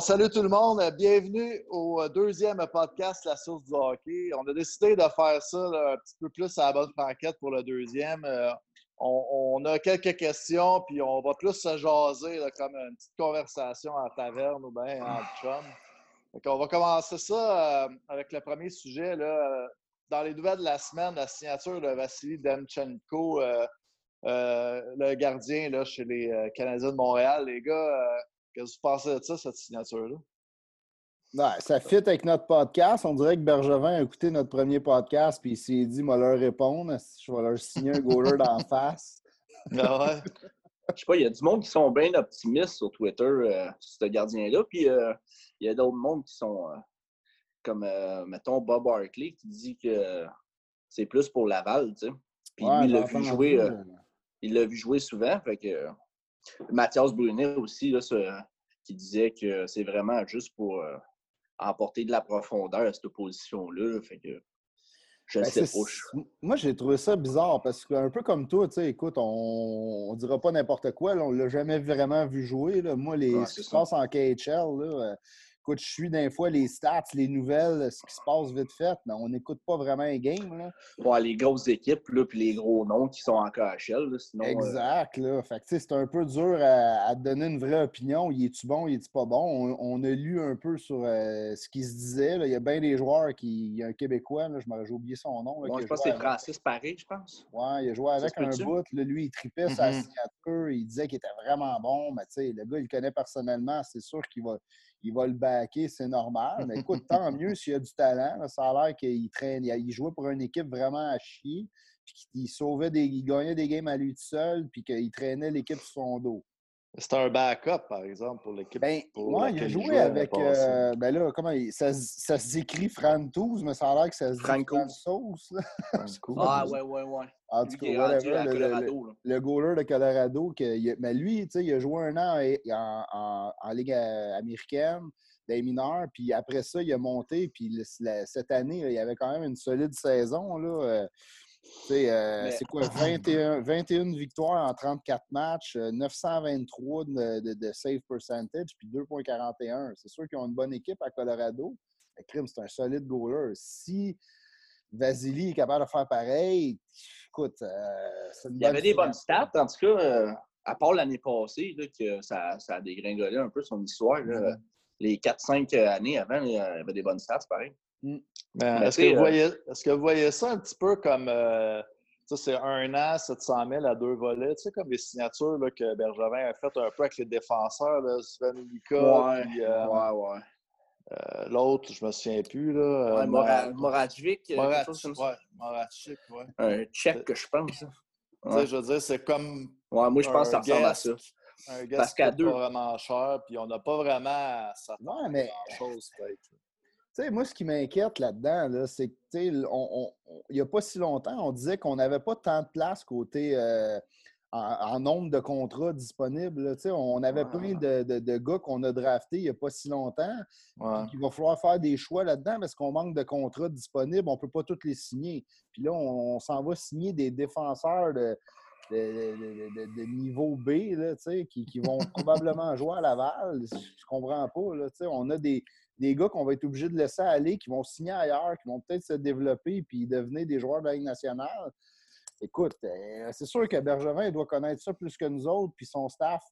Salut tout le monde. Bienvenue au deuxième podcast La Source du hockey. On a décidé de faire ça là, un petit peu plus à la bonne franquette pour le deuxième. On a quelques questions, puis on va plus se jaser là, comme une petite conversation en taverne ou bien en chum. Donc, on va commencer ça avec le premier sujet. Là, dans les nouvelles de la semaine, la signature de Vassili Demchenko, le gardien là, chez les Canadiens de Montréal. Les gars, qu'est-ce que vous pensez de ça, cette signature-là? Ouais, ça fit avec notre podcast. On dirait que Bergevin a écouté notre premier podcast puis il s'est dit, moi leur répondre, je vais leur signer un goaler d'en face. Ah ouais. Je sais pas, il y a du monde qui sont bien optimistes sur Twitter sur ce gardien-là. Puis il y a d'autres mondes qui sont comme, mettons, Bob Hartley qui dit que c'est plus pour Laval, tu sais. Puis Ouais, lui, il l'a vu jouer souvent. Fait que Mathias Brunet aussi, là, qui disait que c'est vraiment juste pour emporter de la profondeur à cette position-là. Fait que je sais pas. Moi, j'ai trouvé ça bizarre parce que, un peu comme toi, tu sais, écoute, on dira pas n'importe quoi. Là, on l'a jamais vraiment vu jouer. Là. Moi, ce qui se passe en KHL, là, écoute, je suis des fois les stats, les nouvelles, ce qui se passe vite fait, mais on n'écoute pas vraiment les games. Là. Ouais, les grosses équipes, là, puis les gros noms qui sont en KHL. Là, sinon, exact. Là. Fait que, c'est un peu dur à donner une vraie opinion. Il est-tu bon, il est-tu pas bon? On a lu un peu sur ce qui se disait. Là. Il y a bien des joueurs il y a un Québécois, là, j'ai oublié son nom. Là, je pense que c'est Francis Paré, je pense. Ouais, il a joué avec un bout. Là, lui, il tripait sa signature. Il disait qu'il était vraiment bon. Mais tu sais, le gars, il le connaît personnellement. C'est sûr qu'il va le backer, c'est normal. Mais écoute, tant mieux s'il a du talent. Là, ça a l'air qu'il traîne. Il jouait pour une équipe vraiment à chier. Puis il gagnait des games à lui tout seul. Puis qu'il traînait l'équipe sur son dos. C'était un backup, par exemple, pour l'équipe. Ouais, il a joué avec. Ben là, ça s'écrit Frantouz, mais ça a l'air que ça se dit Francouz. Ah, ouais. En tout cas, whatever, le goaler de Colorado, mais lui, tu sais, il a joué un an en Ligue américaine, des mineurs, puis après ça, il a monté, puis cette année, il y avait quand même une solide saison, là. C'est quoi, 21 victoires en 34 matchs, 923 de save percentage, puis 2,41. C'est sûr qu'ils ont une bonne équipe à Colorado. Le crime, c'est un solide goaler. Si Vassili est capable de faire pareil, écoute, c'est une bonne. Il y avait des bonnes stats, en tout cas, à part l'année passée, là, que ça a dégringolé un peu son histoire. Là, les 4-5 années avant, il y avait des bonnes stats, pareil. Est-ce que vous voyez ça un petit peu comme c'est 1 an, 700 000 à 2 volets, tu sais, comme les signatures là, que Bergevin a faites un peu avec les défenseurs, là, Sven Mika, puis l'autre, je me souviens plus. Là, Moravchik. Moravchik, ouais. Un Tchèque, je pense. Ouais. Je veux dire, c'est comme. Ouais, moi, je pense que ça ressemble à ça. Un gars qui coûte pas vraiment cher, puis on n'a pas vraiment ça. Ouais, mais. Grand-chose, peut-être. Tu sais, moi, ce qui m'inquiète là-dedans, là, c'est que, tu sais, il n'y a pas si longtemps, on disait qu'on n'avait pas tant de place côté en nombre de contrats disponibles. Tu sais, on avait plein de gars qu'on a draftés il n'y a pas si longtemps. Il va falloir faire des choix là-dedans parce qu'on manque de contrats disponibles. On ne peut pas tous les signer. Puis là, on s'en va signer des défenseurs de niveau B là, qui vont probablement jouer à Laval. Je comprends pas. Là, on a des gars qu'on va être obligés de laisser aller, qui vont signer ailleurs, qui vont peut-être se développer puis devenir des joueurs de la Ligue nationale. Écoute, c'est sûr que Bergevin il doit connaître ça plus que nous autres, puis son staff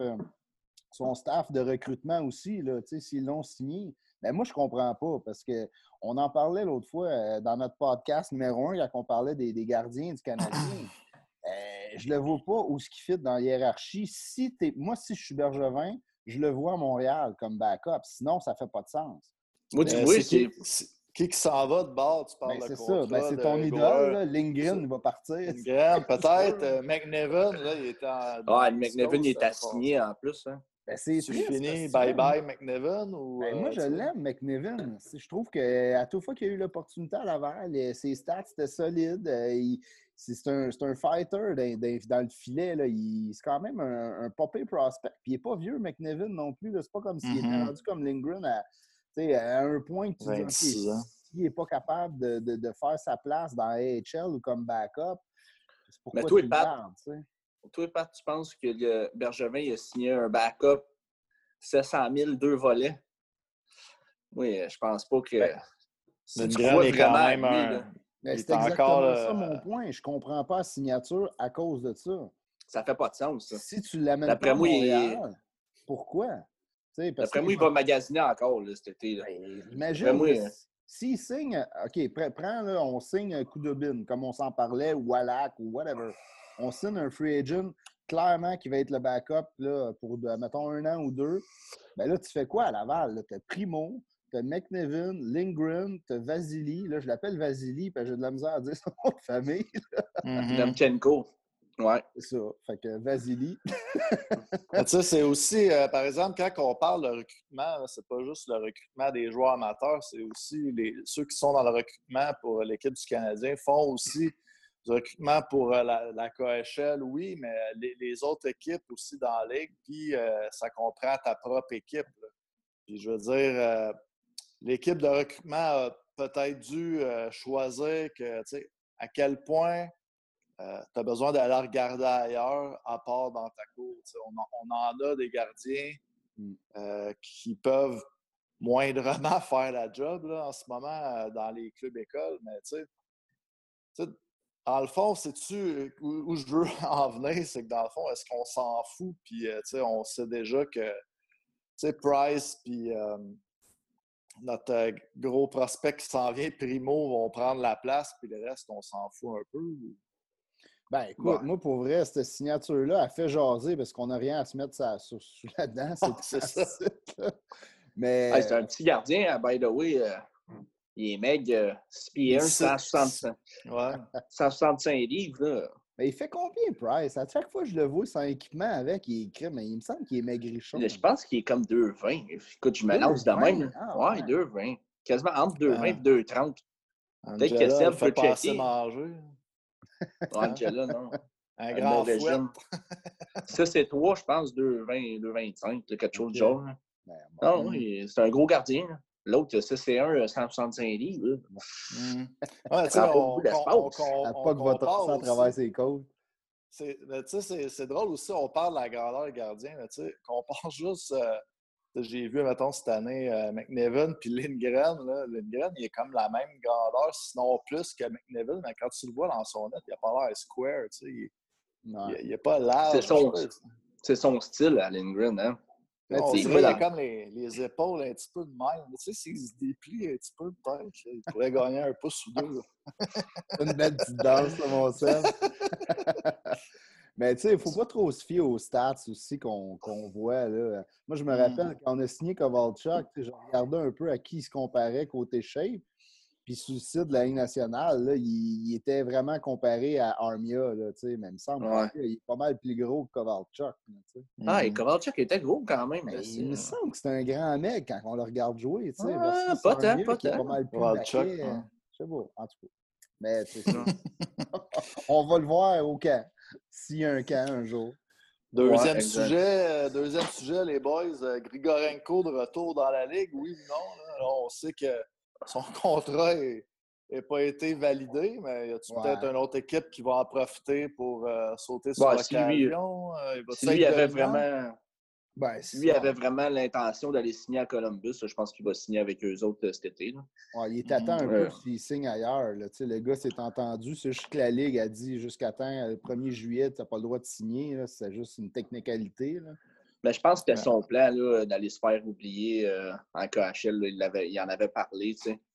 de recrutement aussi, là, s'ils l'ont signé. Mais moi, je comprends pas, parce qu'on en parlait l'autre fois dans notre podcast numéro 1, quand on parlait des gardiens du Canadien. Je le vois pas où ce qui fit dans la hiérarchie. Moi, si je suis Bergevin, je le vois à Montréal comme backup. Sinon, ça fait pas de sens. Moi, tu vois, c'est... Qui s'en va de bord, tu parles de c'est contrat. ça. C'est ton idole, là. Lindgren, il va partir. Lindgren, peut-être. McNevin, là, il est en... McNevin, il est assigné en plus. Hein. C'est fini, bye-bye McNevin? Ou, moi, je l'aime, McNevin. Je trouve qu'à toute fois qu'il y a eu l'opportunité à Laval, ses stats étaient solides. C'est un fighter dans le filet. Là. C'est quand même un popé prospect. Puis il n'est pas vieux, McNevin, non plus. C'est pas comme s'il était rendu comme Lindgren à un point que tu dis, OK, s'il n'est pas capable de faire sa place dans AHL ou comme backup, c'est pourquoi tu le gardes, tu sais. Toi, Pat, tu penses que le Bergevin il a signé un backup 700 000, 2 volets Oui, je pense pas que... Ben, si tu Lindgren crois est vraiment quand à même lui, un... là, Mais il c'est est exactement encore... ça mon point. Je comprends pas la signature à cause de ça. ça fait pas de sens, ça. Si tu l'amènes pas D'après à moi, Montréal, pourquoi? Tu sais, parce que D'après moi, il va magasiner encore là, cet été. Là. ben, D'après imagine, moi, là, s'il signe, OK, prends, là, on signe un coup de bine, comme on s'en parlait, ou Wallach, ou whatever. On signe un free agent, clairement, qui va être le backup là, pour, mettons, 1 an ou 2. Ben là, tu fais quoi à Laval? Tu as Primo, tu as McNevin, Lindgren, tu as Vasily. Là, je l'appelle Vasily, parce que j'ai de la misère à dire son nom de famille. Demchenko. Ouais. C'est ça. Fait que Vasily. Tu sais, c'est aussi, par exemple, quand on parle de recrutement, c'est pas juste le recrutement des joueurs amateurs, c'est aussi ceux qui sont dans le recrutement pour l'équipe du Canadien font aussi du recrutement pour la KHL, oui, mais les autres équipes aussi dans la Ligue, puis ça comprend ta propre équipe. Là. Puis je veux dire, l'équipe de recrutement a peut-être dû choisir que, tu sais, à quel point tu as besoin d'aller regarder ailleurs, à part dans ta cour. On en a des gardiens qui peuvent moindrement faire la job là, en ce moment dans les clubs écoles. Mais tu sais, dans le fond, sais-tu où je veux en venir? C'est que dans le fond, est-ce qu'on s'en fout? Puis on sait déjà que Price puis notre gros prospect qui s'en vient, Primo, vont prendre la place, puis le reste, on s'en fout un peu. Ben, écoute, moi, pour vrai, cette signature-là, elle fait jaser parce qu'on n'a rien à se mettre là-dedans. C'est ça. Mais. C'est un petit gardien, by the way. Il est maigre, 6 pieds 1, 165 livres. Là. Mais il fait combien, Price? À chaque fois que je le vois sans équipement avec, il est crème. Mais il me semble qu'il est maigrichon. Je pense qu'il est comme 2,20. Écoute, je me lance de même. Ouais, 2,20. Quasiment entre 2,20 et 2,30. Peut-être que Angela, Seb elle fait peut pas assez checker. manger. Angela, non. Un grand fouet. Ça, c'est 3, je pense, 2,20, 2,25, quelque chose du genre. Ben, bon, non, c'est un gros gardien. Là. L'autre, ça, c'est 165 livres. Ouais, ça prend pas beaucoup d'espace. Pas que votre sang traverse ses côtes. C'est drôle aussi, on parle de la grandeur du gardien, mais qu'on pense juste... j'ai vu, mettons, cette année, McNevin puis Lindgren. Là, Lindgren, il est comme la même grandeur, sinon plus que McNevin, mais quand tu le vois dans son net, il n'a pas l'air square, il n'est pas large. C'est son style à Lindgren, hein? On dirait qu'il a comme les épaules un petit peu de même. Tu sais, s'il se déplie un petit peu, peut-être, il pourrait gagner un pouce ou deux. Une belle petite danse, là, mon Seb. Mais tu sais, il ne faut pas trop se fier aux stats aussi qu'on voit. Là. Moi, je me rappelle, quand on a signé Kovalchuk, je regardais un peu à qui il se comparait côté shape. Puis sur le site de la Ligue nationale, là, il était vraiment comparé à Armia. Là, mais il me semble qu'il est pas mal plus gros que Kovalchuk. Et Kovalchuk était gros quand même. Mais il me semble que c'est un grand mec quand on le regarde jouer. Pas tant. Qui est pas mal plus baquet. Je sais pas, en tout cas. Mais on va le voir au camp, s'il y a un camp un jour. Deuxième sujet, les boys. Grigorenko de retour dans la Ligue, oui ou non? Là, on sait que son contrat n'a pas été validé, mais y a-t-il peut-être une autre équipe qui va en profiter pour sauter sur l'occasion? Si lui avait vraiment... lui avait vraiment l'intention d'aller signer à Columbus, je pense qu'il va signer avec eux autres cet été. Là. Il est atteint un peu s'il signe ailleurs. Là. Le gars s'est entendu. C'est juste que la Ligue a dit jusqu'à le 1er juillet, tu n'as pas le droit de signer. C'est juste une technicalité. Là. Mais je pense que c'était son plan là, d'aller se faire oublier en KHL. Là, il en avait parlé.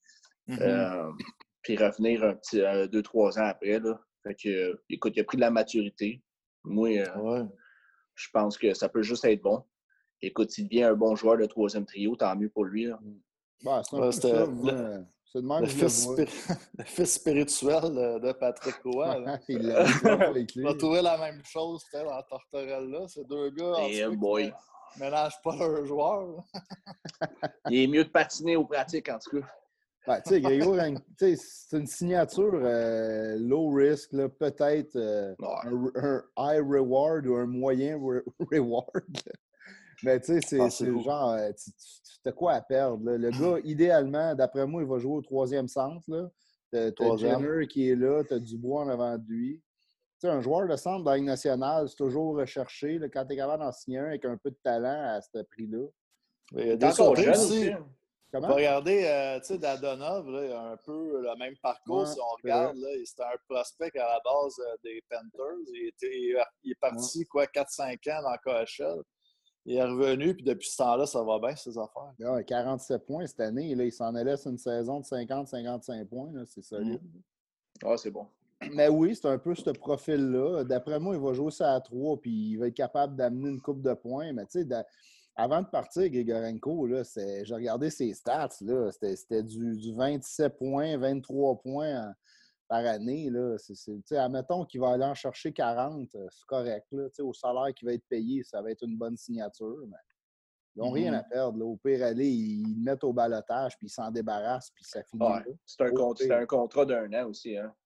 Puis revenir un petit 2-3 ans après. Là. Fait que, écoute, il a pris de la maturité. Moi, je pense que ça peut juste être bon. Écoute, s'il devient un bon joueur de troisième trio, tant mieux pour lui. Là. C'est un peu ça, c'est de même le fils spirituel de Patrick Roy. Il va trouver la même chose dans Tortorella. Ces deux gars qui ménagent pas leurs joueurs. Il est mieux de patiner aux pratiques, en tout cas. Ben, tu sais, Grégo, c'est une signature low risk, là, peut-être un high reward ou un moyen reward. Mais tu sais, c'est le genre, tu as quoi à perdre? Là? Le gars, idéalement, d'après moi, il va jouer au troisième centre. Tu as Jenner qui est là, tu as Dubois en avant de lui. Tu sais, un joueur de centre dans la Ligue nationale, c'est toujours recherché. Là, quand tu es capable d'en signer un avec un peu de talent à ce prix-là. Il est encore jeune aussi. Comment? On va regarder, tu sais, Dadonov, là, il a un peu le même parcours. Ouais, si on regarde, là, c'était un prospect à la base des Panthers. Il est parti, quoi, 4-5 ans dans le KHL. Il est revenu, puis depuis ce temps-là, ça va bien, ses affaires. Ouais, 47 points cette année. Là, il s'en allait sur une saison de 50-55 points. Là, c'est solide. Ah, c'est bon. Mais oui, c'est un peu ce profil-là. D'après moi, il va jouer ça à 3 puis il va être capable d'amener une coupe de points. Mais tu sais, avant de partir, Grigorenko, là, j'ai regardé ses stats. Là, c'était du 27 points, 23 points par année. Là. Admettons qu'il va aller en chercher 40, c'est correct. Là, au salaire qui va être payé, ça va être une bonne signature. Mais ils n'ont rien à perdre. Là. Au pire, aller, ils le mettent au balotage, puis ils s'en débarrassent, puis ça finit Ouais. là. C'est un contrat d'un an aussi. Hein.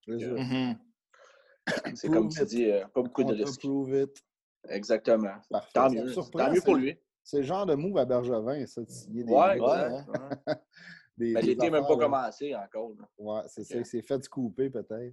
C'est comme tu dis, pas beaucoup de risques. Prove it. Exactement. Parfait. Tant mieux. Tant mieux pour lui. C'est le genre de move à Bergevin, ça, de signer des Ouais, gars. exact. Mais l'été n'a même pas commencé encore. Là. Ouais, c'est ça. Il s'est fait couper, peut-être.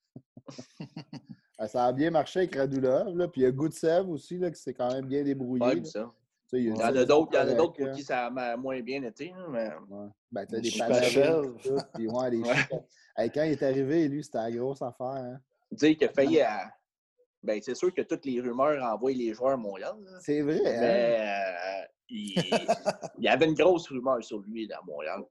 Ça a bien marché avec Radulov. Là. Puis il y a Goutsev aussi, là, qui s'est quand même bien débrouillé. Ouais, ça. Il y en a d'autres pour qui ça a moins bien été. Hein, mais... ouais. Ben, tu as des Panarin. Puis ouais, les quand il est arrivé, lui, c'était la grosse affaire. Hein. Dire qu'il a failli à. Ben, c'est sûr que toutes les rumeurs envoient les joueurs à Montréal. Là. C'est vrai, mais, hein? il y avait une grosse rumeur sur lui là, à Montréal.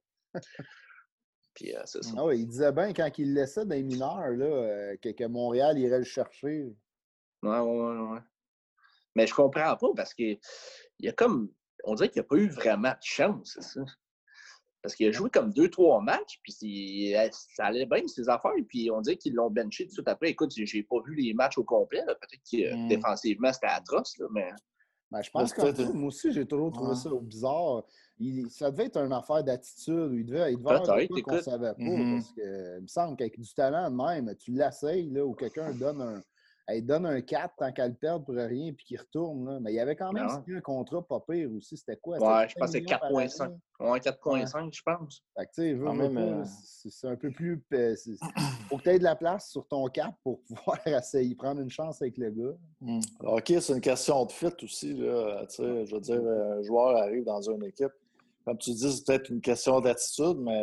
Puis, c'est ça. Ah oui, il disait bien quand il le laissait dans les mineurs là, que Montréal irait le chercher. Ouais. Mais je comprends pas parce qu'il y a comme. On dirait qu'il n'y a pas eu vraiment de chance, c'est ça. Parce qu'il a joué comme 2-3 matchs, puis ça allait bien ses affaires, puis on dirait qu'ils l'ont benché tout de suite après. Écoute, j'ai pas vu les matchs au complet, là. Peut-être que défensivement, c'était atroce, là, mais... Ben, je pense que moi aussi, j'ai toujours trouvé ça bizarre. Ça devait être une affaire d'attitude. Il devait avoir de quoi qu'on ne savait pas. Parce que, il me semble qu'avec du talent de même, tu l'essayes, là, ou quelqu'un donne un 4 tant qu'elle perd pour rien puis qu'il retourne. Là. Mais il y avait quand même signé un contrat pas pire aussi. C'était quoi? Ouais, je pense que c'est 4,5. Ouais, 4,5, je pense. Fait que, tu sais, c'est un peu plus... Faut que tu aies de la place sur ton cap pour pouvoir essayer prendre une chance avec le gars. OK, c'est une question de fit aussi. Là. Je veux dire, un joueur arrive dans une équipe. Comme tu dis, c'est peut-être une question d'attitude, mais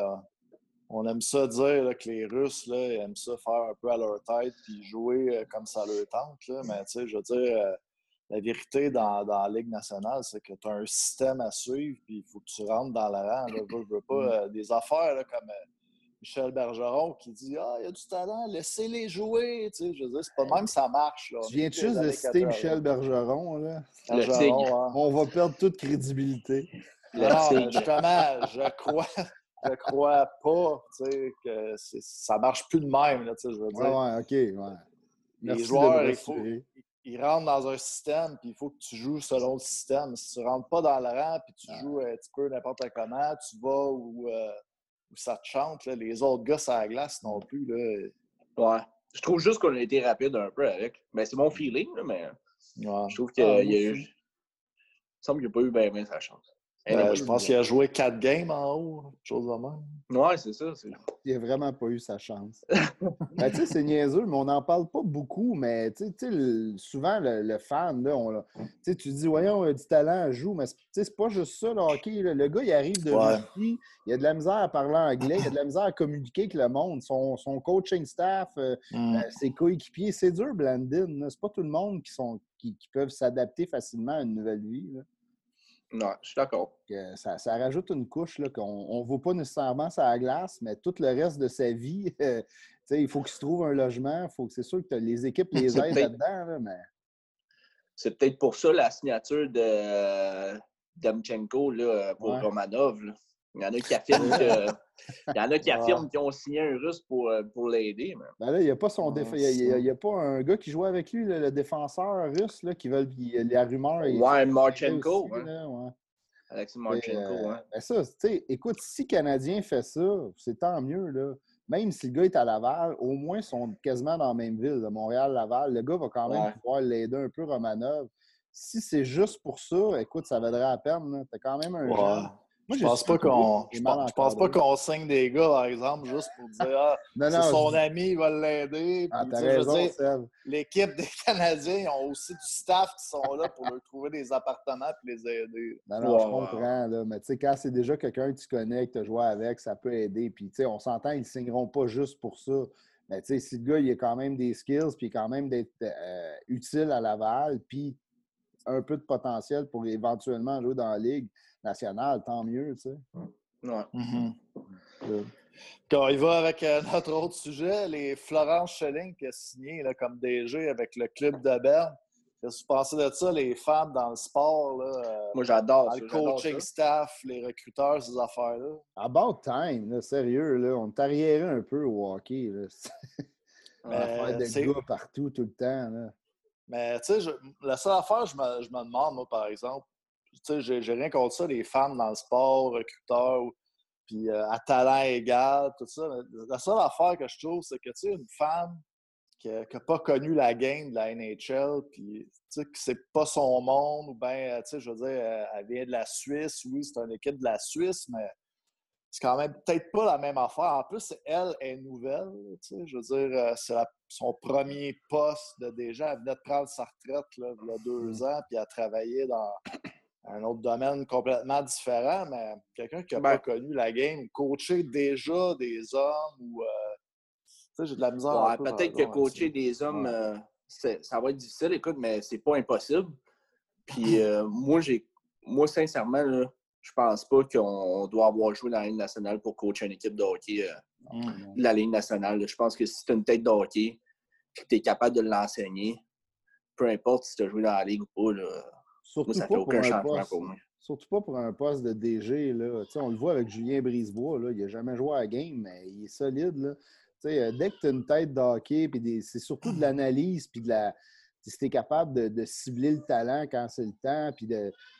on aime ça dire là, que les Russes là, ils aiment ça faire un peu à leur tête puis jouer comme ça leur tente. Là. Mais je veux dire, la vérité dans la Ligue nationale, c'est que tu as un système à suivre puis il faut que tu rentres dans la rang. Je veux pas des affaires là, comme Michel Bergeron qui dit « Ah, il y a du talent, laissez-les jouer. » Je veux dire, c'est pas de même que ça marche. Là. Tu viens juste de citer Michel Bergeron. Là. Bergeron, hein. On va perdre toute crédibilité. Non, justement, je crois pas que ça marche plus de même. Là, je veux dire. Ouais, OK. Ouais. Les joueurs, ils rentrent dans un système, puis il faut que tu joues selon le système. Si tu ne rentres pas dans le rang, puis tu joues un petit peu n'importe comment, tu vas où ça te chante. Là. Les autres gars, ça la glace non plus. Là. Ouais. Je trouve juste qu'on a été rapide un peu avec. Ben, c'est mon feeling, là, mais je trouve qu'il y a eu. Il me semble qu'il n'y a pas eu bien sa chance. Je pense qu'il a joué 4 games en haut, quelque chose de même. Ouais, c'est ça. Il n'a vraiment pas eu sa chance. Ben, c'est niaiseux, mais on n'en parle pas beaucoup. Mais souvent, le fan, là, tu dis, voyons, il a du talent, joue, mais c'est pas juste ça, le hockey. Là. Le gars, il arrive de Russie, il a de la misère à parler anglais, il a de la misère à communiquer avec le monde. Son coaching staff, ses coéquipiers, c'est dur, Blandin. C'est pas tout le monde qui peuvent s'adapter facilement à une nouvelle vie. Là. Non, je suis d'accord. Ça rajoute une couche là, qu'on ne voit pas nécessairement sur la glace, mais tout le reste de sa vie, il faut qu'il se trouve un logement. C'est sûr que les équipes les aident là-dedans. Là, mais... C'est peut-être pour ça la signature de Demchenko là, pour Romanov. Là. Il y en a qui affirment qu'ils ont signé un Russe pour l'aider. Mais... Ben là, il n'y a pas il y a pas un gars qui jouait avec lui, le défenseur russe, là, qui veut la rumeur. Marchenko. Aussi, là, Alexis Marchenko, Ben ça, tu sais, écoute, si le Canadien fait ça, c'est tant mieux, là. Même si le gars est à Laval, au moins, ils sont quasiment dans la même ville, de Montréal-Laval. Le gars va quand même pouvoir l'aider un peu, Romanov. Si c'est juste pour ça, écoute, ça vaudrait la peine. Tu as quand même un jeune. Moi, Je pense pas je pense pas encadré. qu'on signe des gars, par exemple, juste pour dire Non, c'est non, son ami, il va l'aider. Ah, Puis, t'as je veux raison, dire, Seb. l'équipe des Canadiens, ils ont aussi du staff qui sont là pour leur trouver des appartements et les aider. Non, non, je comprends, là. Mais tu sais, quand c'est déjà quelqu'un que tu connais, que tu as joué avec, ça peut aider. Puis, tu sais, on s'entend, ils ne signeront pas juste pour ça. Mais tu sais, si le gars, il a quand même des skills, puis quand même d'être utile à Laval, puis un peu de potentiel pour éventuellement jouer dans la Ligue nationale, tant mieux, tu sais. Ouais. Quand il va avec notre autre sujet, les Florence Schelling qui a signé là, comme DG avec le club de Berne. Qu'est-ce que vous pensez de ça, les femmes dans le sport, là, Moi, j'adore dans ça. le J'adore coaching ça. staff, les recruteurs, ces affaires-là? About time, là, sérieux, là. On est arriéré un peu au hockey, là. Affaire de gars partout, tout le temps, là. Mais tu sais, la seule affaire, je me demande, moi, par exemple, tu sais, j'ai rien contre ça, les femmes dans le sport, recruteurs, puis à talent égal, tout ça. Mais la seule affaire que je trouve, c'est que, tu sais, une femme qui n'a pas connu la game de la NHL, puis, tu sais, que c'est pas son monde, ou bien, tu sais, je veux dire, elle vient de la Suisse, oui, c'est une équipe de la Suisse, mais c'est quand même peut-être pas la même affaire. En plus, elle est nouvelle. Tu sais, je veux dire, c'est son premier poste de déjà. Elle venait de prendre sa retraite là, il y a 2 ans, puis elle travaillait dans un autre domaine complètement différent, mais quelqu'un qui n'a pas connu la game, coacher déjà des hommes ou. Tu sais, j'ai de la misère un peu. Peut-être que coacher des hommes, ça va être difficile, écoute, mais c'est pas impossible. Puis moi, sincèrement, là, je pense pas qu'on doit avoir joué dans la Ligue nationale pour coacher une équipe de hockey de la Ligue nationale. Je pense que si tu as une tête de hockey et que tu es capable de l'enseigner, peu importe si tu as joué dans la Ligue ou pas, là, moi, ça fait aucun changement pour moi. Surtout pas pour un poste de DG. Là. On le voit avec Julien Brisebois. Là. Il n'a jamais joué à la game, mais il est solide. Là. Dès que tu as une tête de hockey, c'est surtout de l'analyse, puis de la. Si tu es capable de cibler le talent quand c'est le temps. Puis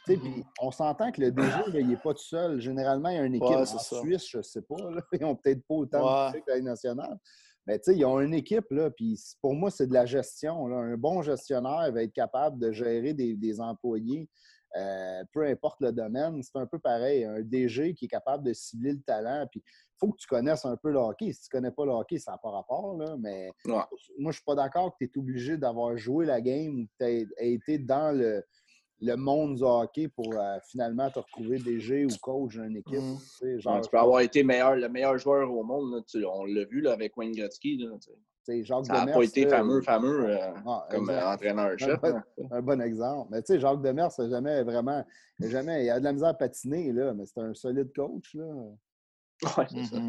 on s'entend que le DG, là, il n'est pas tout seul. Généralement, il y a une équipe en Suisse, je ne sais pas. Là. Ils n'ont peut-être pas autant de budget que la Ligue nationale. Mais ils ont une équipe, là, puis pour moi, c'est de la gestion. Là. Un bon gestionnaire va être capable de gérer des employés, peu importe le domaine. C'est un peu pareil. Un DG qui est capable de cibler le talent, puis il faut que tu connaisses un peu le hockey. Si tu ne connais pas le hockey, ça n'a pas rapport, là, mais moi, je ne suis pas d'accord que tu es obligé d'avoir joué la game ou que tu aies été dans le monde du hockey pour finalement te retrouver DG ou coach d'une équipe. Tu peux avoir été le meilleur joueur au monde. Là, on l'a vu là, avec Wayne Gretzky. Là, Jacques ça n'a pas été fameux comme entraîneur-chef. Un bon exemple. Mais tu sais, Jacques Demers n'a jamais vraiment. Il a de la misère à patiner, là, mais c'est un solide coach. Là. Oui, c'est ça.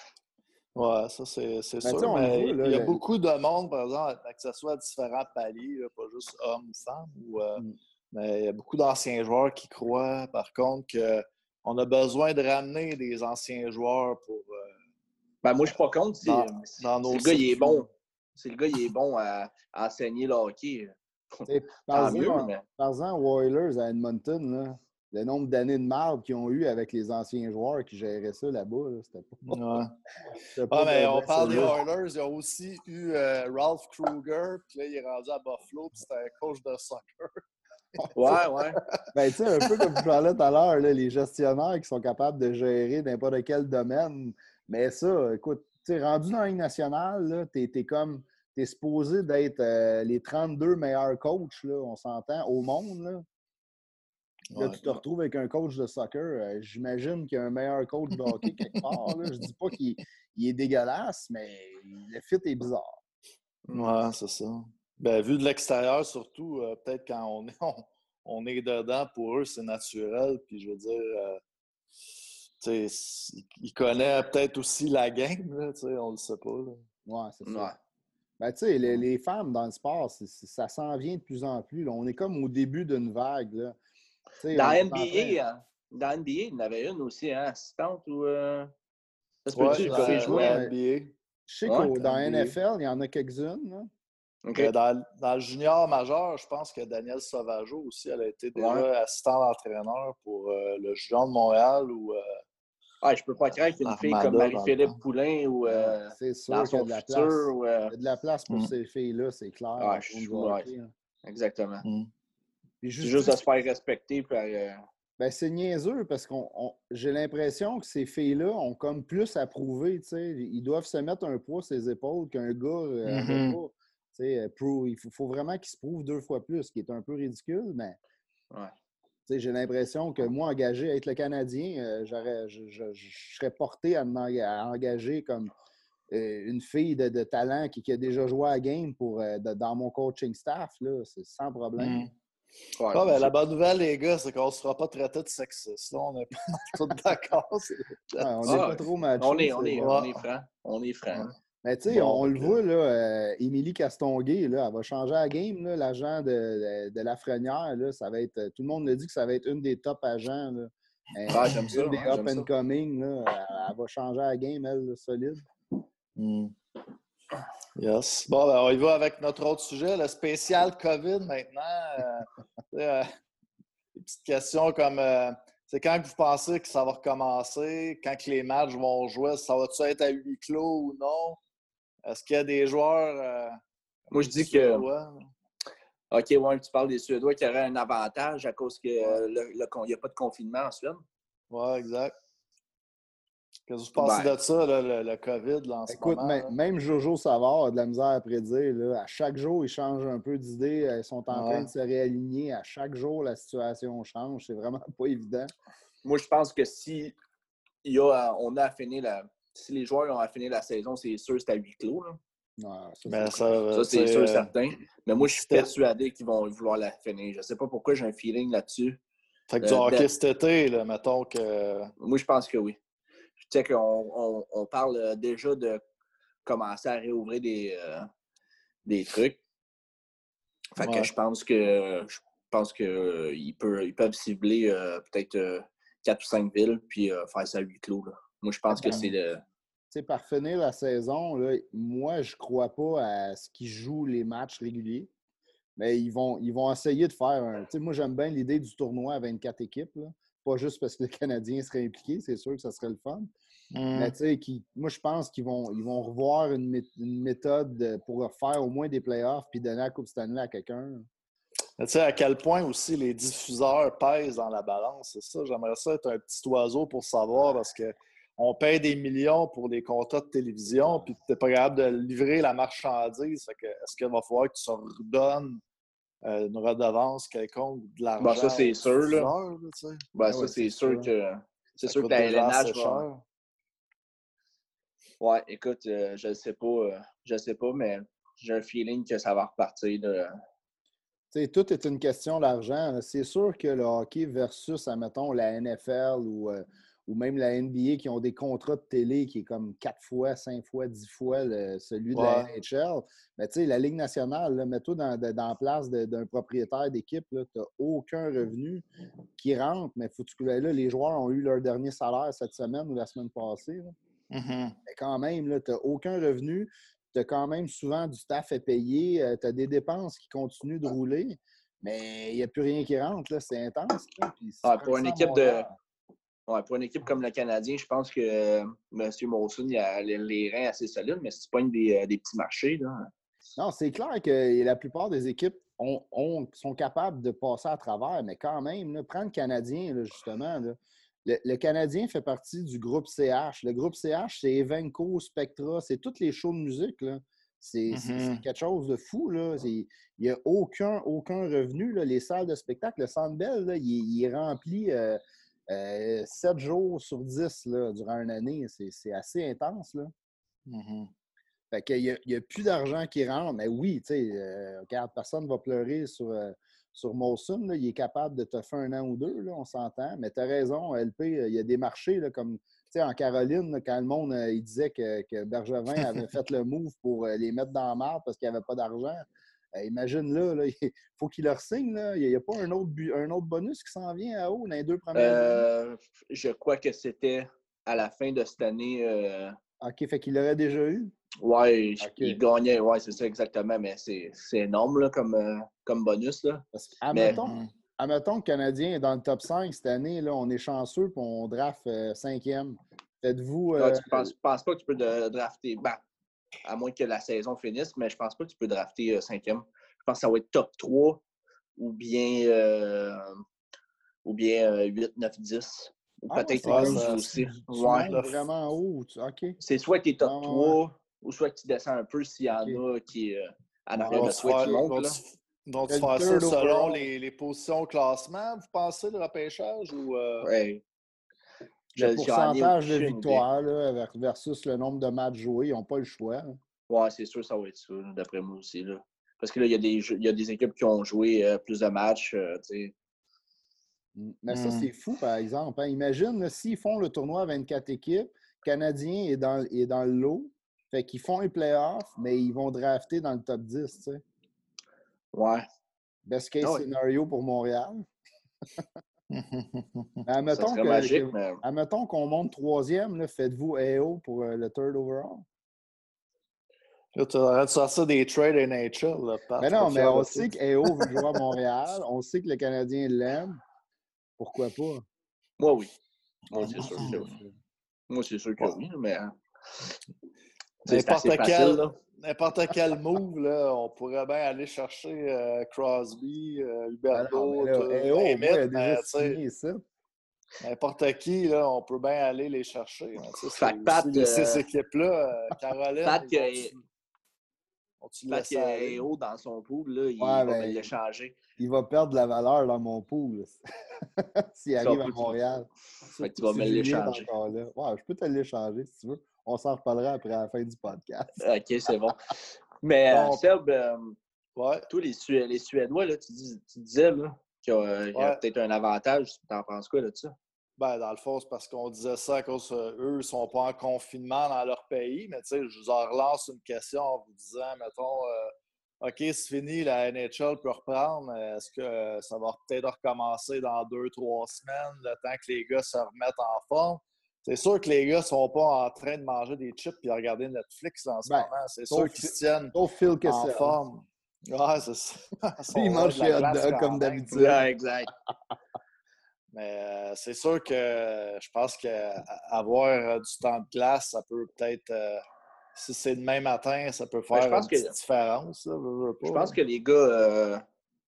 Oui, ça, c'est sûr. Mais voit, là, il y a beaucoup de monde, par exemple, que ce soit à différents paliers, là, pas juste hommes ou femmes. Mais il y a beaucoup d'anciens joueurs qui croient, par contre, qu'on a besoin de ramener des anciens joueurs pour. Moi, je ne suis pas contre. Dans nos le gars, il est bon. Si le gars, il est bon à enseigner le hockey, tant mieux. Par exemple, Oilers à Edmonton, là, le nombre d'années de marde qu'ils ont eu avec les anciens joueurs qui géraient ça là-bas, là, c'était pas. Mais on parle des Oilers. Ils ont aussi eu Ralph Kruger, puis là, il est rendu à Buffalo, puis c'était un coach de soccer. Ouais. Ben, tu sais, un peu comme je parlais tout à l'heure, les gestionnaires qui sont capables de gérer n'importe quel domaine. Mais ça, écoute, tu sais, rendu dans la Ligue nationale, t'es supposé d'être les 32 meilleurs coachs, là, on s'entend, au monde. Là. Là, tu te retrouves avec un coach de soccer. J'imagine qu'il y a un meilleur coach de hockey quelque part. Là. Je dis pas qu'il est dégueulasse, mais le fit est bizarre. Ouais, c'est ça. Ben, vu de l'extérieur, surtout, peut-être quand on est dedans, pour eux, c'est naturel. Puis, je veux dire, il connaît peut-être aussi la game, là, on le sait pas. Là. Ouais, c'est ça. Ouais. Ben, tu sais, les femmes dans le sport, ça s'en vient de plus en plus. Là. On est comme au début d'une vague. Là. Dans NBA, il y en avait une aussi, hein, assistante ou. Ça se peut-tu le corrige moi? NBA. Je sais que dans la NFL, il y en a quelques-unes. Là. Okay. Dans le junior majeur, je pense que Danielle Sauvageau aussi, elle a été déjà assistante d'entraîneur pour le Junior de Montréal ou. Je peux pas croire qu'une fille comme Marie-Philippe Poulain ou c'est sûr dans son futur. Il y a de la place pour ces filles-là, c'est clair. Exactement. Puis c'est juste de se faire respecter par Ben, c'est niaiseux parce que j'ai l'impression que ces filles-là ont comme plus à prouver. Ils doivent se mettre un poids sur les épaules qu'un gars n'aurait Mhm. pas. Il faut vraiment qu'ils se prouvent 2 fois plus, ce qui est un peu ridicule, mais Ouais. j'ai l'impression que moi, engagé à être le Canadien, je serais porté à engager comme une fille de talent qui a déjà joué à la game dans mon coaching staff. Là, c'est sans problème. Mhm. Ah, ben, la bonne nouvelle, les gars, c'est qu'on ne se fera pas traiter de sexiste. Là, on est pas mal tous d'accord. Ouais, on n'est pas trop macho. On est Ouais. franc. On est franc. Ouais. Mais tu sais, Bon, on le ok. voit, là, Émilie Castonguay, là, elle va changer la game, là, l'agent de Lafrenière. Là, ça va être, tout le monde le dit que ça va être une des top agents. Là. Ah, j'aime ça. Une des Hein, up j'aime ça. and coming. Là, elle va changer la game, elle, là, solide. Mm. Yes. Bon, ben, on y va avec notre autre sujet, le spécial COVID maintenant. Des petites questions comme c'est quand que vous pensez que ça va recommencer, quand que les matchs vont jouer, ça va-tu être à huis clos ou non? Est-ce qu'il y a des joueurs Moi, comme je les dis que, Suédois? OK, ouais, tu parles des Suédois qui auraient un avantage à cause qu'il Ouais, n'y a pas de confinement en Suède. ouais, exact. Qu'est-ce que vous pensez Ben, de ça, là, le COVID là, en ce Écoute, moment? Là? même Jojo Savard a de la misère à prédire. Là. À chaque jour, ils changent un peu d'idée. Ils sont en train Ouais. de se réaligner. À chaque jour, la situation change. C'est vraiment pas évident. moi, je pense que si si les joueurs ont à finir la saison, c'est sûr que c'est à huis clos. Là. Ouais, ça, Mais c'est ça, Ça, tu c'est sais, sûr certain. Mais moi, je suis c'était. persuadé qu'ils vont vouloir la finir. Je ne sais pas pourquoi j'ai un feeling là-dessus. Fait que du hockey cet été, là, mettons que. Moi, je pense que oui. Tu sais qu'on parle déjà de commencer à réouvrir des trucs. Fait que Ouais. je pense que ils peuvent cibler peut-être 4 ou 5 villes puis faire ça à huis clos. Là. Moi, je pense que c'est le. Tu sais, par finir la saison, là, moi, je crois pas à ce qu'ils jouent les matchs réguliers. Mais ils vont essayer de faire un. Tu sais, moi, j'aime bien l'idée du tournoi à 24 équipes. Là. Pas juste parce que le Canadien serait impliqué, c'est sûr que ça serait le fun. Mais Mm. tu sais, moi, je pense qu'ils vont revoir une méthode pour faire au moins des playoffs puis donner la Coupe Stanley à quelqu'un. Mais tu sais, à quel point aussi les diffuseurs pèsent dans la balance, c'est ça. J'aimerais ça être un petit oiseau pour savoir parce que on paye des millions pour des contrats de télévision, puis tu n'es pas capable de livrer la marchandise. Fait que, est-ce qu'il va falloir que tu redonnes une redevance quelconque, de Bon, ça, l'argent c'est aux sûr, là. diffuseurs? Là, tu sais? Ben, Ah ça, ouais, c'est c'est sûr sûr. que. C'est Ça sûr que coûte la déjà LNH assez va. cher. Ouais, écoute, je sais pas, mais j'ai un feeling que ça va repartir. Tu sais, tout est une question d'argent. C'est sûr que le hockey versus, admettons, la NFL ou même la NBA qui ont des contrats de télé qui est comme 4 fois, 5 fois, 10 fois celui de la Ouais. NHL. Mais tu sais, la Ligue nationale, là, mets-toi dans la place d'un propriétaire d'équipe, tu n'as aucun revenu qui rentre, mais faut que là, les joueurs ont eu leur dernier salaire cette semaine ou la semaine passée. Là. Mhm. Mais quand même, tu n'as aucun revenu. Tu as quand même souvent du staff à payer. Tu as des dépenses qui continuent de rouler, mais il n'y a plus rien qui rentre. Là. C'est intense. Là. Puis si tu Ouais, prends ça à Montréal, pour une équipe comme le Canadien, je pense que M. Molson il a les reins assez solides, mais si tu pognes des petits marchés, là. non, c'est clair que la plupart des équipes sont capables de passer à travers, mais quand même, là, prends le Canadien, là, justement. Là. Le Canadien fait partie du groupe CH. Le groupe CH, c'est Evenco, Spectra, c'est toutes les shows de musique. Là. C'est Mhm. quelque chose de fou. Là. Il n'y a aucun revenu. Là. Les salles de spectacle, le Centre Bell, là, il est rempli 7 jours sur 10 là, durant une année. C'est assez intense. Là. Mhm. Fait qu'il n'y a plus d'argent qui rentre. Mais oui, tu sais, regarde, personne ne va pleurer sur Molson. Là. Il est capable de te faire 1 an ou 2, là, on s'entend. Mais tu as raison, LP, il y a des marchés là, comme en Caroline, là, quand le monde il disait que Bergevin avait fait le move pour les mettre dans la marde parce qu'il n'y avait pas d'argent. Imagine là, il faut qu'il leur signe. Là. Il n'y a pas un autre bonus qui s'en vient à haut dans les 2 premières années. Je crois que c'était à la fin de cette année. OK, fait qu'il l'aurait déjà eu. Ouais, OK. il gagnait, ouais, c'est ça exactement, mais c'est énorme là, comme bonus. Là. Parce que, Mais Mhm. admettons que le Canadien est dans le top 5 cette année, là, on est chanceux et on draft 5e. Faites-vous. tu penses pas que tu peux drafter, ben, à moins que la saison finisse, mais je pense pas que tu peux drafter 5e. Je pense que ça va être top 3 ou bien ou bien 8, 9, 10. Ou peut-être c'est 11 ça, aussi. tu Ouais. montes vraiment haut. OK. C'est soit que tu es top Ouais, ouais, 3 ou soit que tu descends un peu s'il y en OK. a qui est en Ouais, arrière de toi qui monte. Là. Donc, C'est tu le faire ça third selon overall. les positions au classement, vous pensez, le repêchage? Ou, Ouais. Le J'en ai pourcentage de aucune idée. victoire là, versus le nombre de matchs joués, ils n'ont pas le choix. Hein. Ouais, c'est sûr, ça va être ça, là, d'après moi aussi. Là. Parce que là, il y a des équipes qui ont joué plus de matchs. Tu sais. Mais ça, c'est fou, par exemple. Hein. Imagine, là, s'ils font le tournoi à 24 équipes, le Canadien est dans le lot, fait qu'ils font les playoffs, mais ils vont drafter dans le top 10. Tu sais. Ouais. Best case Ah ouais. scénario pour Montréal. Mais Ça serait magique, mais admettons qu'on monte troisième, là, faites-vous AO pour le third overall? Là, tu aurais de sortir des trades NHL, là, Pat. Mais Tu vas non, te mais fier on de ça. sait qu'AO veut jouer à Montréal. On sait que le Canadien l'aime. Pourquoi pas? moi, oui. Moi, Ah, c'est moi sûr aussi, que là, oui. Moi, c'est sûr que Ouais. oui, mais c'est assez N'importe facile, là. n'importe quel move, là, on pourrait bien aller chercher Crosby, Ben non, mais Huberdeau, là, AO, au moins, il Limite, a déjà mais tu sais, signé ça. n'importe qui, là, on peut bien aller les chercher. Mais, tu sais, Fait c'est que aussi ces équipes-là, Caroline, Pat ils que, vont-tu le Pat laisser aller? que AO dans son pool, là, il Ouais, va me ben, l'échanger. il va perdre de la valeur dans mon pool s'il Ça arrive à peut- Montréal. Fait que tu Surtout vas si me Julien est l'échanger. encore là. Ouais, je peux te l'échanger si tu veux. On s'en reparlera après la fin du podcast. OK, c'est bon. Mais Donc, Seb, ouais, tous les Suédois, là, tu disais là, qu'il y a ouais. peut-être un avantage. Tu en penses quoi là, de ça? Ben, dans le fond, c'est parce qu'on disait ça à cause eux ne sont pas en confinement dans leur pays. Mais tu sais, je vous en relance une question en vous disant, mettons, OK, c'est fini, la NHL peut reprendre. Est-ce que ça va peut-être recommencer dans 2, 3 semaines, le temps que les gars se remettent en forme? C'est sûr que les gars ne sont pas en train de manger des chips et de regarder Netflix en ce Ben, moment. C'est sûr sauf, qu'ils se tiennent sauf Phil en Kessel. forme. Ouais, c'est ça. Ils Lui, il sont loin mange de la ses hot glace dogs quand comme même. d'habitude. Ouais, exact. Mais c'est sûr que je pense qu'avoir du temps de glace, ça peut peut-être, si c'est demain matin, ça peut Ben, faire une petite différence. Là, veux je pas. pense que les gars,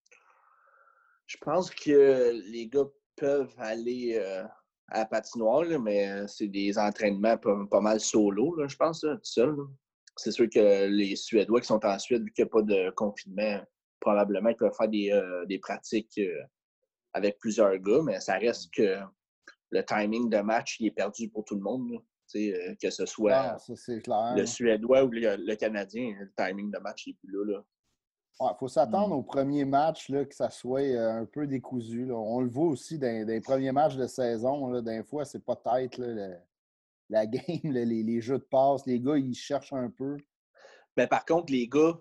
je pense que les gars peuvent aller à la patinoire, là, mais c'est des entraînements pas mal solo, là, je pense, là, tout seul. Là. C'est sûr que les Suédois qui sont en Suède, vu qu'il n'y a pas de confinement, probablement ils peuvent faire des pratiques avec plusieurs gars, mais ça reste que le timing de match il est perdu pour tout le monde. Là. Que ce soit Non, ça, c'est clair. le Suédois ou le Canadien, le timing de match n'est plus là. Il faut s'attendre au premier match là, que ça soit un peu décousu. Là. On le voit aussi dans les premiers matchs de saison. Là, des fois, c'est pas tête. Là, la game, là, les jeux de passe, les gars, ils cherchent un peu. Mais par contre, les gars,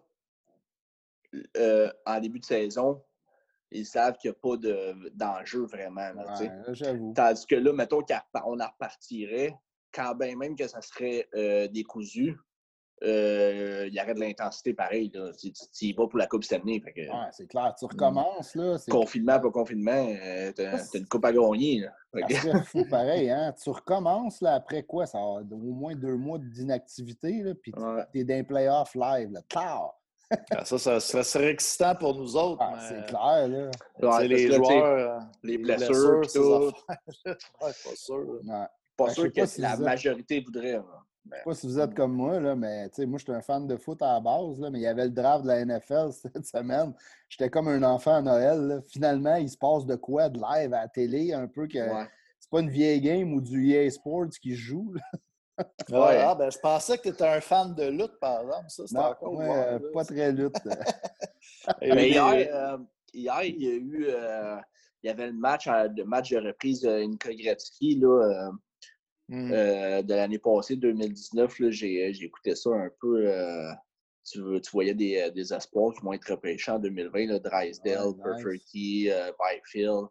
en début de saison, ils savent qu'il n'y a pas d'enjeu vraiment. Là, Ouais, j'avoue. Tandis que là, mettons qu'on en repartirait, quand bien même que ça serait décousu, il y aurait de l'intensité pareil. Tu y vas pour la Coupe Stanley. Fait que, Ouais, c'est clair. Tu recommences, là. confinement, pas confinement, t'as une coupe à gagner. Là. Ça serait fou pareil, hein? Tu recommences, là, après quoi? Ça va au moins 2 mois d'inactivité, là, puis Ouais. t'es dans les playoffs live, là. Claire! Ça serait excitant pour nous autres, Ah, c'est clair, là. Ouais, les là, joueurs, les blessures, ces tout. affaires. Ouais, pas sûr. Ouais. Pas Ben, je sûr sais que pas si la vous êtes... majorité voudrait. Là. Je sais pas si vous êtes comme moi, là, mais moi, je suis un fan de foot à la base, là, mais il y avait le draft de la NFL cette semaine. J'étais comme un enfant à Noël. Là. Finalement, il se passe de quoi de live à la télé, un peu que Ouais. c'est pas une vieille game ou du EA Sports qui se joue. Ouais. Ben, je pensais que tu étais un fan de lutte, par exemple. Ça, c'est Non, encore moi, ouvert. pas très lutte. Mais hier, il y a eu. Il y avait le match de reprise Inka Gretzky là, de l'année passée, 2019. Là, j'ai écouté ça un peu. Tu voyais des espoirs qui vont être repêchés en 2020, là, Drysdale, Ouais, nice. Perfetti, Byfield.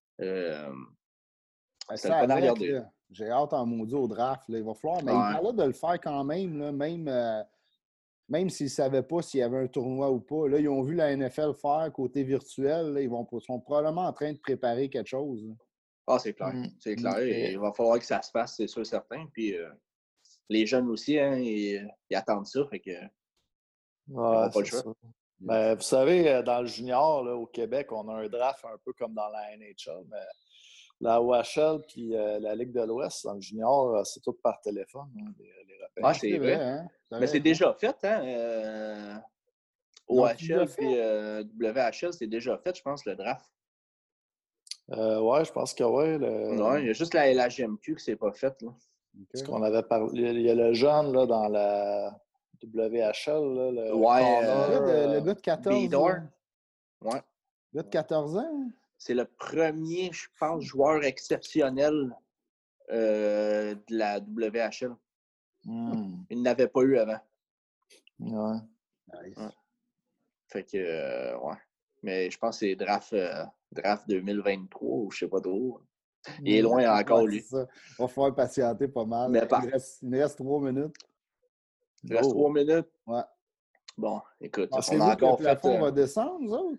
C'était le Ça fun à arrête, regarder. là. J'ai hâte en maudit au draft. Là. Il va falloir. Mais il Ouais. parlait de le faire quand même, là, même s'ils ne savaient pas s'il y avait un tournoi ou pas. Là, ils ont vu la NFL faire côté virtuel. Là, sont probablement en train de préparer quelque chose. Là. Ah, c'est clair. C'est clair. Il va falloir que ça se fasse, c'est sûr, certain. Puis les jeunes aussi, hein, ils attendent ça. Fait que ils n'auront pas le choix. Ben, vous savez, dans le junior, là, au Québec, on a un draft un peu comme dans la NHL. Mais la OHL puis la Ligue de l'Ouest, dans le junior, c'est tout par téléphone, hein, les repêches. Ah, c'est vrai. hein? Mais c'est déjà fait, hein? OHL puis WHL, c'est déjà fait, je pense, le draft. Ouais, je pense que oui. Non, il y a juste la GMQ qui s'est pas faite, là. Parce qu'on avait parlé. Il y a le jeune là, dans la WHL, là, le le gars de 14 Vidor. ans. Ouais. Le gars de 14 ans. C'est le premier, je pense, joueur exceptionnel de la WHL. Il n'avait pas eu avant. Ouais. Nice. Ouais. Fait que, ouais. Mais je pense que c'est draft 2023 ou je sais pas trop. Il est loin encore, lui. Ça. On va falloir patienter pas mal. Mais il nous reste 3 minutes. Il reste 3 minutes. Ouais. Bon, écoute, pensez-vous que le plafond va descendre, nous autres?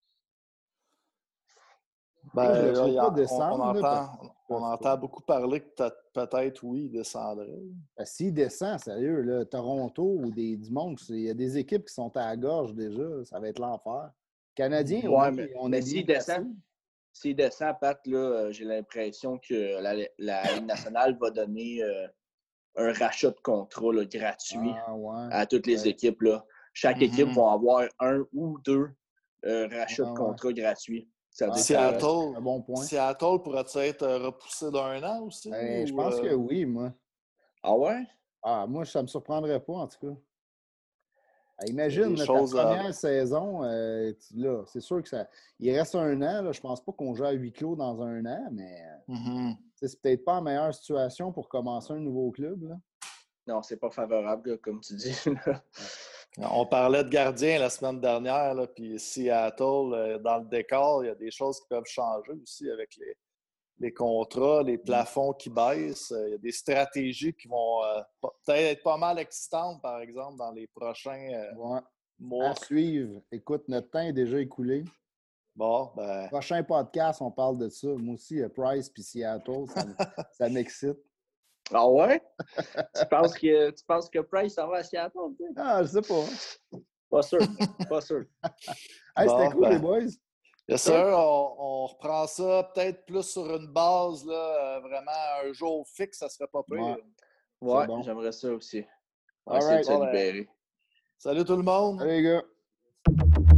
Ben, je là, pas descendre, on entend beaucoup parler que peut-être, oui, il descendrait. Ben, s'il descend, sérieux, là, Toronto ou du monde, il y a des équipes qui sont à la gorge déjà. Ça va être l'enfer. Canadiens, ouais, on mais est s'il bien descend, s'il descend, Pat, là, j'ai l'impression que la Ligue nationale va donner un rachat de contrat là, gratuit à toutes les équipes. Là. Chaque équipe va avoir un ou deux rachats de contrat gratuits. Seattle, un bon point. Seattle pourrait-il être repoussé d'un an aussi? Je pense que oui, moi. Ah ouais? Ah, moi, ça ne me surprendrait pas, en tout cas. Imagine, ta première saison, là, c'est sûr que il reste un an. Là, je pense pas qu'on joue à huis clos dans un an, mais c'est peut-être pas la meilleure situation pour commencer un nouveau club. Là. Non, c'est pas favorable, là, comme tu dis. On parlait de gardien la semaine dernière, là, puis Seattle, dans le décor, il y a des choses qui peuvent changer aussi avec les contrats, les plafonds qui baissent. Il y a des stratégies qui vont peut-être être pas mal excitantes, par exemple, dans les prochains mois. À suivre. Écoute, notre temps est déjà écoulé. Bon, ben... Prochain podcast, on parle de ça. Moi aussi, Price puis Seattle, ça m'excite. Ah ouais? tu penses que Price s'en va à Seattle? Ah, je sais pas. Pas sûr. Pas sûr. Hey, c'était cool, les boys. Bien sûr, on reprend ça peut-être plus sur une base, là, vraiment un jour fixe, ça serait pas pire. Ouais, bon. J'aimerais ça aussi. On va essayer de se libérer. Salut tout le monde! Salut les gars!